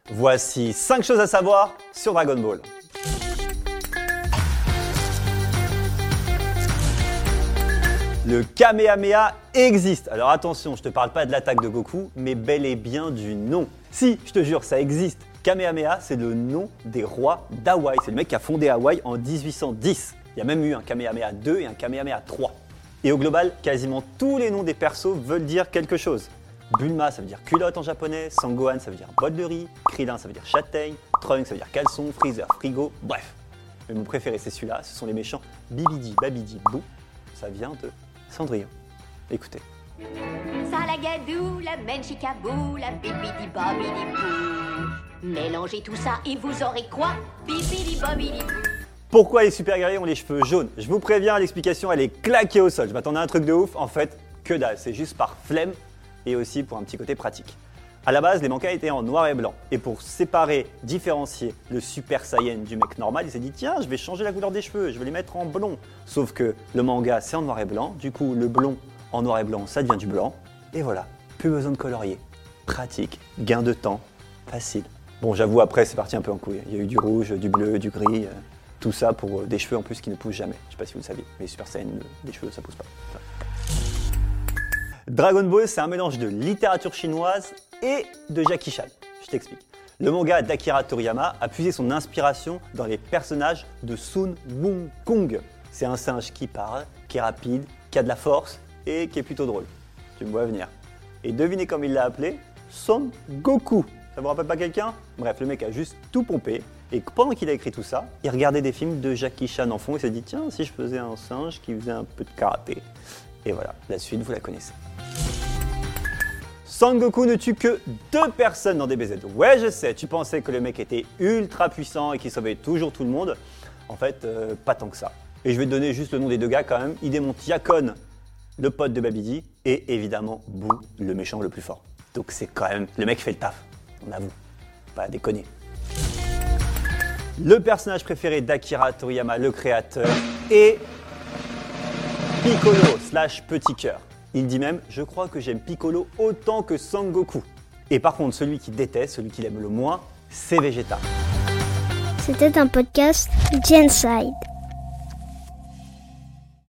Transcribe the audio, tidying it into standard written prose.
Voici 5 choses à savoir sur Dragon Ball. Le Kamehameha existe. Alors attention, je te parle pas de l'attaque de Goku, mais bel et bien du nom. Si, je te jure, ça existe. Kamehameha, c'est le nom des rois d'Hawaï. C'est le mec qui a fondé Hawaï en 1810. Il y a même eu un Kamehameha 2 et un Kamehameha 3. Et au global, quasiment tous les noms des persos veulent dire quelque chose. Bulma, ça veut dire culotte en japonais, Sangohan, ça veut dire bol de riz, Krillin, ça veut dire châtaigne, Trunks, ça veut dire caleçon, Freezer, frigo, bref. Mais mon préféré, c'est celui-là, ce sont les méchants Bibidi, Babidi, Bou. Ça vient de Cendrillon. Écoutez. Salagadou, la menchikabou, la bibidi babidi bou. Mélangez tout ça et vous aurez quoi? Bibidi babidi bou. Pourquoi les super guerriers ont les cheveux jaunes? Je vous préviens, l'explication elle est claquée au sol. Je m'attendais à un truc de ouf, en fait, que dalle. C'est juste par flemme et aussi pour un petit côté pratique. À la base, les mangas étaient en noir et blanc. Et pour séparer, différencier le Super Saiyan du mec normal, il s'est dit tiens, je vais changer la couleur des cheveux, je vais les mettre en blond. Sauf que le manga, c'est en noir et blanc. Du coup, le blond en noir et blanc, ça devient du blanc. Et voilà, plus besoin de colorier. Pratique, gain de temps, facile. Bon, j'avoue, après, c'est parti un peu en couille. Il y a eu du rouge, du bleu, du gris. Tout ça pour des cheveux en plus qui ne poussent jamais. Je sais pas si vous le saviez, mais les Super Saiyan, les cheveux, ça pousse pas. Enfin. Dragon Ball, c'est un mélange de littérature chinoise et de Jackie Chan. Je t'explique. Le manga d'Akira Toriyama a puisé son inspiration dans les personnages de Sun Wukong. C'est un singe qui parle, qui est rapide, qui a de la force et qui est plutôt drôle. Tu me vois venir. Et devinez comme il l'a appelé, Son Goku. Ça vous rappelle pas quelqu'un? Bref, le mec a juste tout pompé. Et pendant qu'il a écrit tout ça, il regardait des films de Jackie Chan en fond et s'est dit tiens, si je faisais un singe qui faisait un peu de karaté. Et voilà, la suite, vous la connaissez. Son Goku ne tue que 2 personnes dans DBZ. Ouais, je sais, tu pensais que le mec était ultra puissant et qu'il sauvait toujours tout le monde. En fait, pas tant que ça. Et je vais te donner juste le nom des 2 gars quand même. Il démonte Yakon, le pote de Babidi, et évidemment Boo, le méchant le plus fort. Donc c'est quand même, le mec fait le taf, on avoue, pas à déconner. Le personnage préféré d'Akira Toriyama, le créateur, est Piccolo / Petit Cœur. Il dit même « Je crois que j'aime Piccolo autant que Son Goku ». Et par contre, celui qui déteste, celui qu'il aime le moins, c'est Vegeta. C'était un podcast Genside.